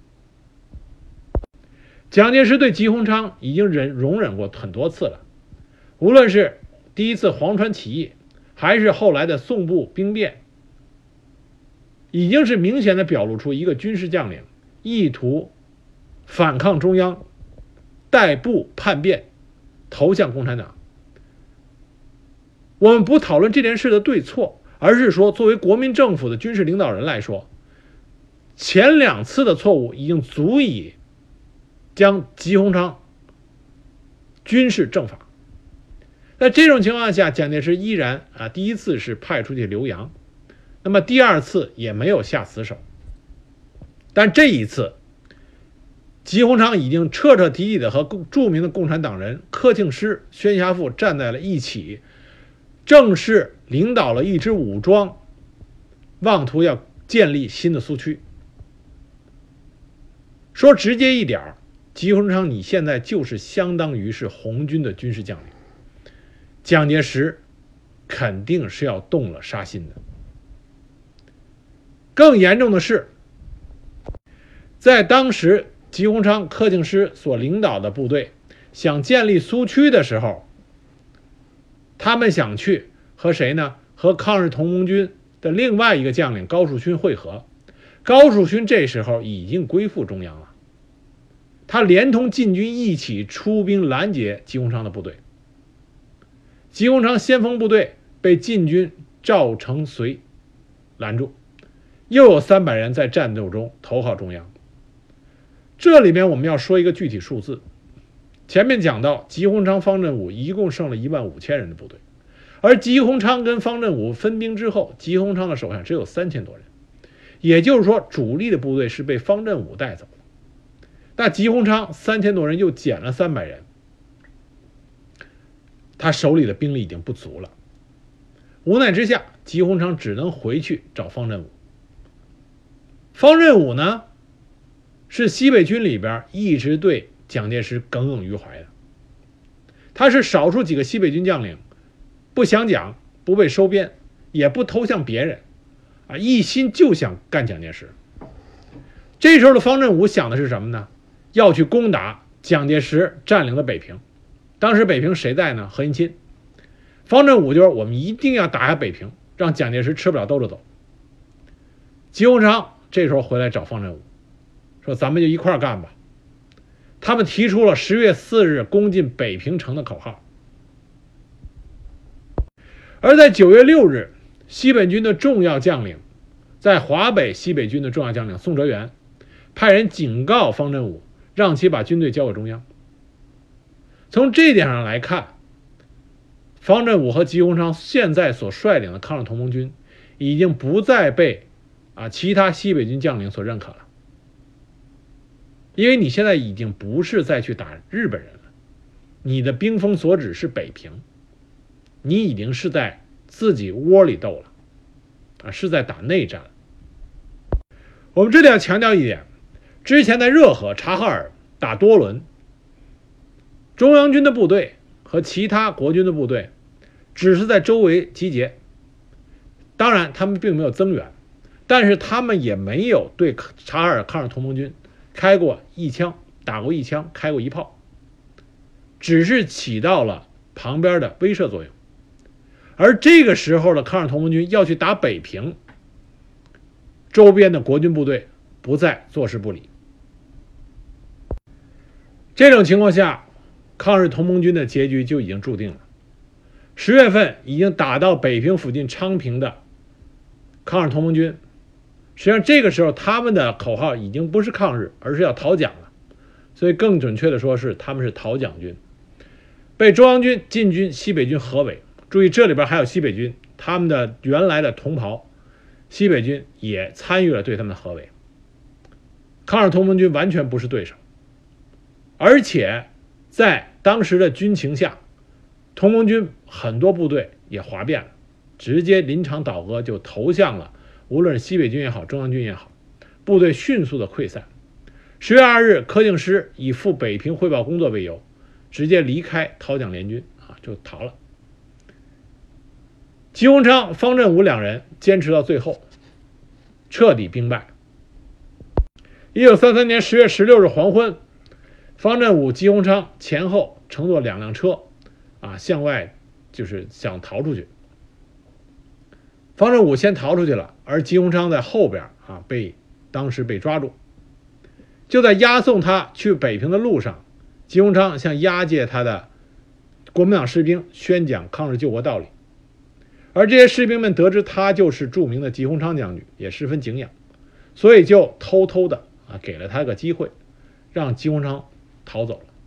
蒋介石对吉鸿昌已经忍容忍过很多次了，无论是第一次黄川起义，还是后来的宋部兵变，已经是明显的表露出一个军事将领意图反抗中央，带部叛变，投向共产党。我们不讨论这件事的对错，而是说作为国民政府的军事领导人来说，前两次的错误已经足以将吉鸿昌军事正法。在这种情况下，蒋介石依然啊，第一次是派出去留洋，那么第二次也没有下死手。但这一次，吉鸿昌已经彻彻底底的和著名的共产党人柯庆施、宣侠富站在了一起，正式领导了一支武装，妄图要建立新的苏区。说直接一点，吉鸿昌你现在就是相当于是红军的军事将领，蒋介石肯定是要动了杀心的。更严重的是，在当时吉鸿昌、柯庆施所领导的部队想建立苏区的时候， 他们想去和谁呢？和抗日同盟军的另外一个将领高树勋会合。高树勋这时候已经归附中央了，他连同晋军一起出兵拦截吉鸿昌的部队。吉鸿昌先锋部队被晋军赵成绥拦住，又有三百人在战斗中投靠中央。这里面我们要说一个具体数字，前面讲到吉鸿昌、方振武一共剩了一万五千人的部队，而吉鸿昌跟方振武分兵之后，吉鸿昌的手下只有三千多人，也就是说主力的部队是被方振武带走的。那吉鸿昌三千多人又减了三百人，他手里的兵力已经不足了。无奈之下，吉鸿昌只能回去找方振武。方振武呢，是西北军里边一直对蒋介石耿耿于怀的，他是少数几个西北军将领不想蒋，不被收编，也不投向别人啊，一心就想干蒋介石。这时候的方振武想的是什么呢？要去攻打蒋介石占领的北平。当时北平谁在呢？何应钦。方振武就是我们一定要打下北平，让蒋介石吃不了兜着走。吉鸿昌这时候回来找方振武，说咱们就一块干吧。他们提出了十月四日攻进北平城的口号。而在九月六日，西北军的重要将领，在华北西北军的重要将领宋哲元派人警告方振武，让其把军队交给中央。从这一点上来看，方振武和吉鸿昌现在所率领的抗日同盟军已经不再被啊其他西北军将领所认可了，因为你现在已经不是再去打日本人了，你的兵锋所指是北平，你已经是在自己窝里斗了啊，是在打内战。我们这里要强调一点，之前在热河、察哈尔打多伦，中央军的部队和其他国军的部队只是在周围集结，当然他们并没有增援，但是他们也没有对察哈尔抗日同盟军开过一枪，打过一枪，开过一炮，只是起到了旁边的威慑作用。而这个时候的抗日同盟军要去打北平，周边的国军部队不再坐视不理。这种情况下，抗日同盟军的结局就已经注定了。十月份已经打到北平附近昌平的抗日同盟军，实际上这个时候他们的口号已经不是抗日，而是要讨蒋了，所以更准确的说是他们是讨蒋军，被中央军、晋军、西北军合围。注意这里边还有西北军，他们的原来的同袍西北军也参与了对他们的合围。抗日同盟军完全不是对手，而且在当时的军情下，同盟军很多部队也哗变了，直接临场倒戈，就投向了无论是西北军也好，中央军也好，部队迅速的溃散。十月二日，柯敬施以赴北平汇报工作为由，直接离开讨蒋联军啊，就逃了。吉鸿昌、方振武两人坚持到最后，彻底兵败。一九三三年十月十六日黄昏，方振武、吉鸿昌前后乘坐两辆车啊，向外就是想逃出去。方振武先逃出去了，而吉鸿昌在后边啊被当时被抓住。就在押送他去北平的路上，吉鸿昌向押解他的国民党士兵宣讲抗日救国道理，而这些士兵们得知他就是著名的吉鸿昌将军，也十分敬仰，所以就偷偷的啊给了他个机会，让吉鸿昌逃走了。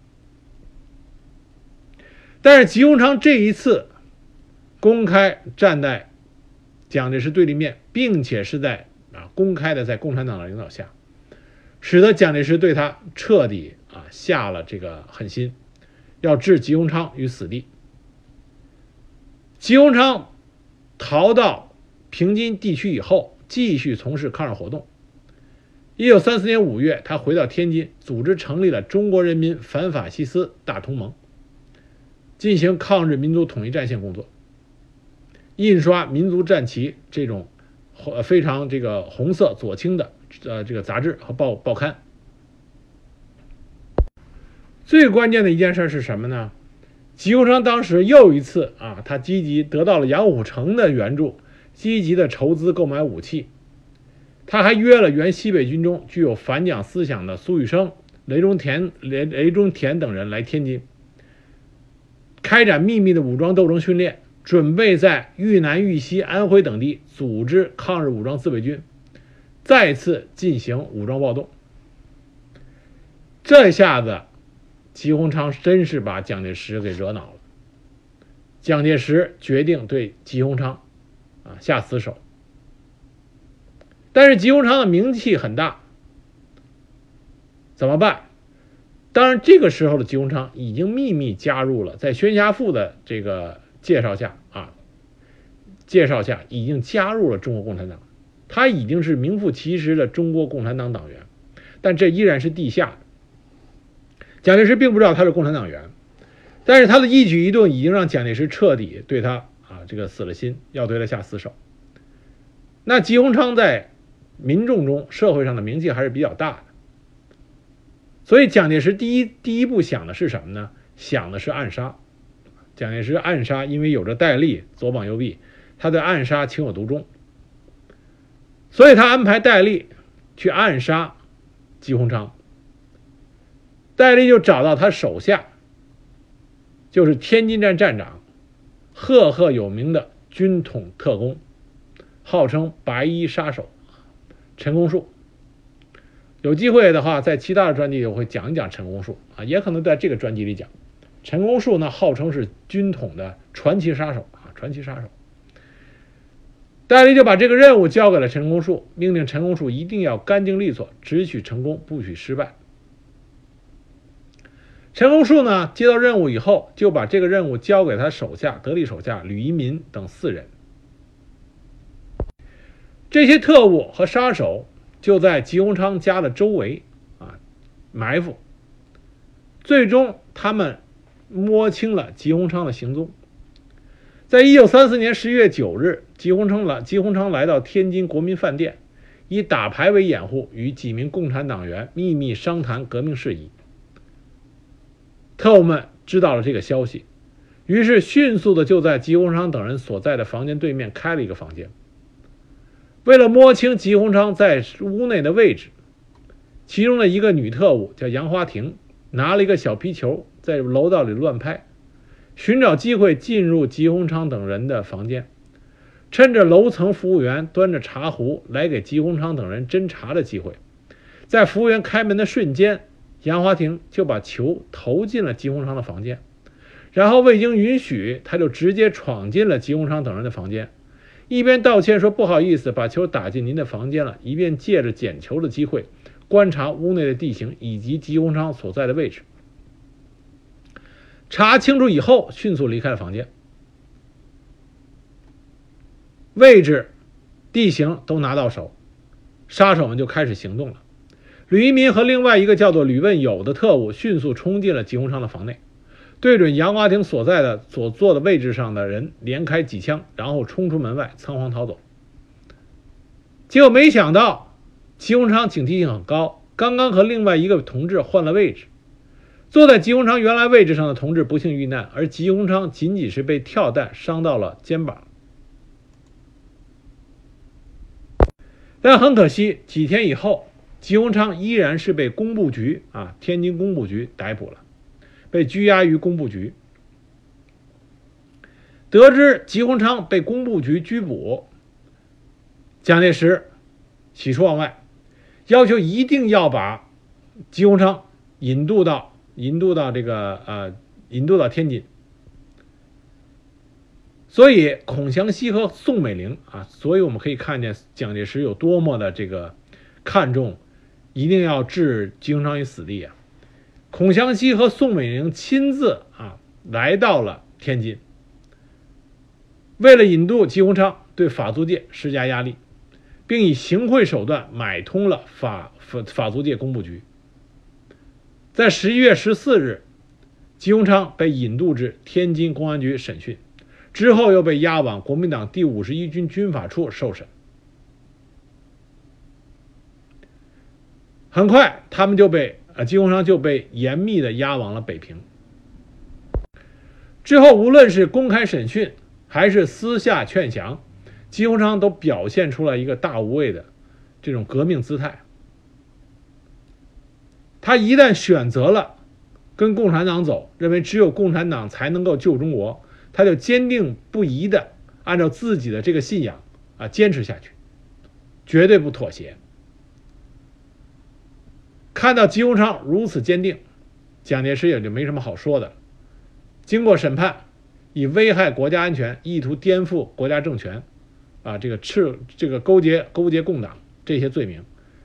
但是吉鸿昌这一次公开站在蒋介石对立面，并且是在啊公开的在共产党的领导下，使得蒋介石对他彻底啊下了这个狠心，要置吉鸿昌于死地。吉鸿昌逃到平津地区以后，继续从事抗日活动。一九三四年五月，他回到天津，组织成立了中国人民反法西斯大同盟，进行抗日民族统一战线工作，印刷民族战旗这种非常这个红色左倾的呃这个杂志和报报刊。最关键的一件事是什么呢？ 吉鸿昌当时又一次啊，他积极得到了杨虎城的援助，积极的筹资购买武器。他还约了原西北军中具有反蒋思想的苏玉生、雷中田、雷雷中田等人来天津，开展秘密的武装斗争训练，准备在豫南、豫西、安徽等地组织抗日武装自卫军，再次进行武装暴动。这下子吉鸿昌真是把蒋介石给惹恼了。蒋介石决定对吉鸿昌啊下死手。但是吉鸿昌的名气很大，怎么办？当然这个时候的吉鸿昌已经秘密加入了，在宣侠父的这个介绍下啊介绍下已经加入了中国共产党，他已经是名副其实的中国共产党党员，但这依然是地下的。蒋介石并不知道他是共产党员，但是他的一举一动已经让蒋介石彻底对他啊这个死了心，要对他下死手。那吉鸿昌在民众中、社会上的名气还是比较大的，所以蒋介石第一第一步想的是什么呢？想的是暗杀。蒋介石暗杀，因为有着戴笠左膀右臂，他对暗杀情有独钟，所以他安排戴笠去暗杀吉鸿昌。戴笠就找到他手下，就是天津站站长，赫赫有名的军统特工，号称白衣杀手陈公树。有机会的话，在其他的专辑我会讲一讲陈公树啊，也可能在这个专辑里讲。陈公树呢，号称是军统的传奇杀手啊，传奇杀手。戴笠就把这个任务交给了陈公树，命令陈公树一定要干净利索，只许成功，不许失败。陈公树呢，接到任务以后，就把这个任务交给他手下得力手下吕一民等四人。这些特务和杀手就在吉鸿昌家的周围啊埋伏，最终他们摸清了吉鸿昌的行踪。在一九三四年十一月九日，吉鸿昌来吉鸿昌来到天津国民饭店，以打牌为掩护，与几名共产党员秘密商谈革命事宜。特务们知道了这个消息，于是迅速的就在吉鸿昌等人所在的房间对面开了一个房间。为了摸清吉鸿昌在屋内的位置，其中的一个女特务叫杨花亭，拿了一个小皮球在楼道里乱拍，寻找机会进入吉鸿昌等人的房间，趁着楼层服务员端着茶壶来给吉鸿昌等人斟茶的机会，在服务员开门的瞬间，杨花亭就把球投进了吉鸿昌的房间，然后未经允许，他就直接闯进了吉鸿昌等人的房间，一边道歉说不好意思把球打进您的房间了，一边借着捡球的机会观察屋内的地形以及吉鸿昌所在的位置。查清楚以后，迅速离开了房间，位置地形都拿到手，杀手们就开始行动了。吕一民和另外一个叫做吕问友的特务迅速冲进了吉鸿昌的房内，对准杨花亭所在的所坐的位置上的人连开几枪，然后冲出门外仓皇逃走。结果没想到吉鸿昌警惕性很高，刚刚和另外一个同志换了位置，坐在吉鸿昌原来位置上的同志不幸遇难，而吉鸿昌仅仅是被跳弹伤到了肩膀。但很可惜，几天以后吉鸿昌依然是被工部局啊天津工部局逮捕了，被拘押于工部局。得知吉鸿昌被工部局拘捕，蒋介石喜出望外，要求一定要把吉鸿昌引渡到引渡到这个呃引渡到天津。所以孔祥熙和宋美龄啊，所以我们可以看见蒋介石有多么的这个看重，一定要置吉鸿昌于死地啊。孔祥熙和宋美龄亲自啊来到了天津，为了引渡吉鸿昌，对法租界施加压力，并以行贿手段买通了法法法租界工部局。在十一月十四日，吉鸿昌被引渡至天津公安局审讯，之后又被押往国民党第五十一军军法处受审。很快他们就被呃吉鸿昌就被严密的押往了北平。 之后无论是公开审讯还是私下劝降，吉鸿昌都表现出了一个大无畏的这种革命姿态。他一旦选择了跟共产党走，认为只有共产党才能够救中国，他就坚定不移的按照自己的这个信仰啊坚持下去，绝对不妥协。看到吉鸿昌如此坚定，蒋介石也就没什么好说的。经过审判，以危害国家安全、意图颠覆国家政权啊，这个赤这个勾结勾结共党这些罪名，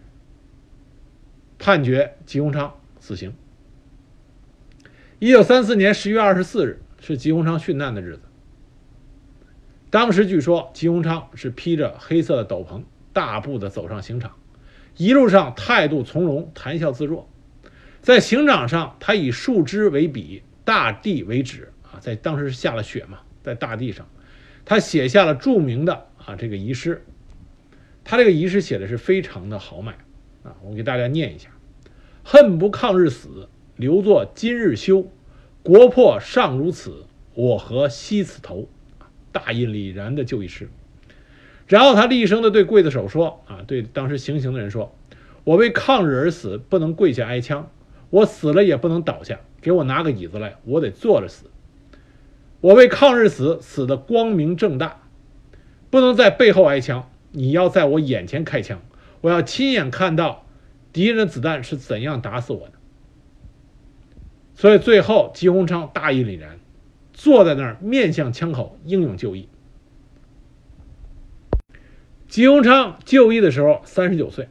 判决吉鸿昌死刑。一九三四年十月二十四日是吉鸿昌殉难的日子。当时据说吉鸿昌是披着黑色的斗篷，大步的走上刑场，一路上态度从容，谈笑自若。在刑场上，他以树枝为笔，大地为纸啊，在当时下了雪嘛，在大地上，他写下了著名的啊这个遗诗。他这个遗诗写的是非常的豪迈啊，我给大家念一下：恨不抗日死，留作今日休。国破尚如此，我何惜此头。大义凛然的就义诗。然后他厉声的对刽子手说啊，对当时行刑的人说：我为抗日而死，不能跪下挨枪，我死了也不能倒下，给我拿个椅子来，我得坐着死。我为抗日死，死得光明正大，不能在背后挨枪，你要在我眼前开枪，我要亲眼看到敌人的子弹是怎样打死我的。所以最后吉鸿昌大义凛然，坐在那儿面向枪口，英勇就义。吉鸿昌就义的时候三十九岁。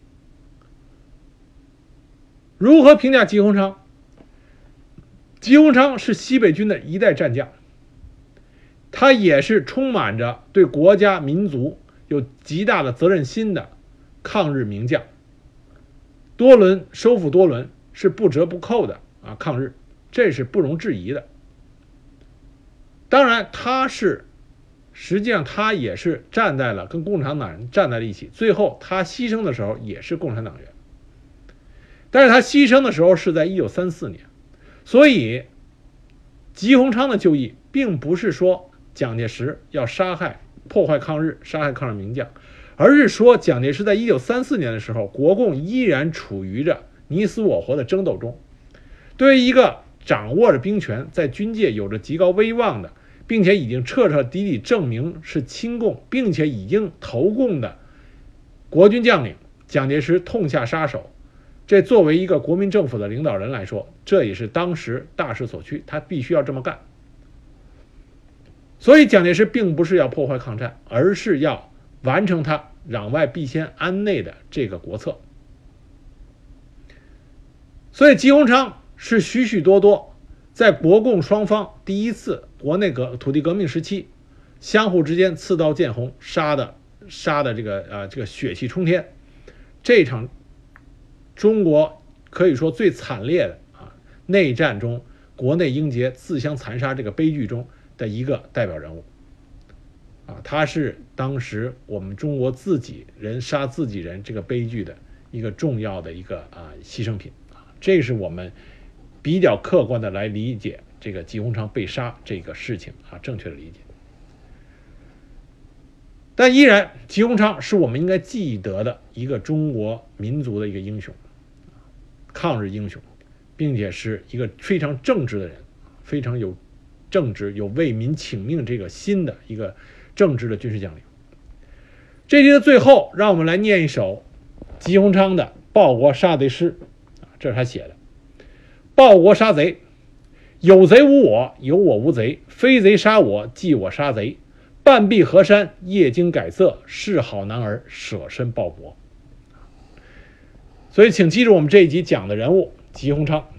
如何评价吉鸿昌？吉鸿昌是西北军的一代战将，他也是充满着对国家民族有极大的责任心的抗日名将。多伦收复多伦是不折不扣的啊抗日，这是不容置疑的。当然他是实际上他也是站在了跟共产党人站在了一起，最后他牺牲的时候也是共产党员，但是他牺牲的时候是在一九三四年。所以吉鸿昌的就义并不是说蒋介石要杀害破坏抗日杀害抗日名将，而是说蒋介石在一九三四年的时候，国共依然处于着你死我活的争斗中。对于一个掌握着兵权，在军界有着极高威望的，并且已经彻彻底底证明是亲共并且已经投共的国军将领，蒋介石痛下杀手，这作为一个国民政府的领导人来说，这也是当时大势所趋，他必须要这么干。所以蒋介石并不是要破坏抗战，而是要完成他攘外必先安内的这个国策。所以吉鸿昌是许许多多在国共双方第一次国内革土地革命时期相互之间刺刀见红，杀的杀的这个呃这个血气冲天，这场中国可以说最惨烈的啊内战中国内英杰自相残杀这个悲剧中的一个代表人物啊，他是当时我们中国自己人杀自己人这个悲剧的一个重要的一个啊牺牲品啊，这是我们比较客观的来理解这个吉鸿昌被杀这个事情啊，正确的理解。但依然吉鸿昌是我们应该记得的一个中国民族的一个英雄，抗日英雄，并且是一个非常正直的人，非常有正直有为民请命这个心的一个正直的军事将领。这集的最后让我们来念一首吉鸿昌的报国杀贼诗，这是他写的。报国杀贼，有贼无我，有我无贼，非贼杀我，即我杀贼，半壁河山，夜经改色，是好男儿舍身报国。所以请记住我们这一集讲的人物吉鸿昌。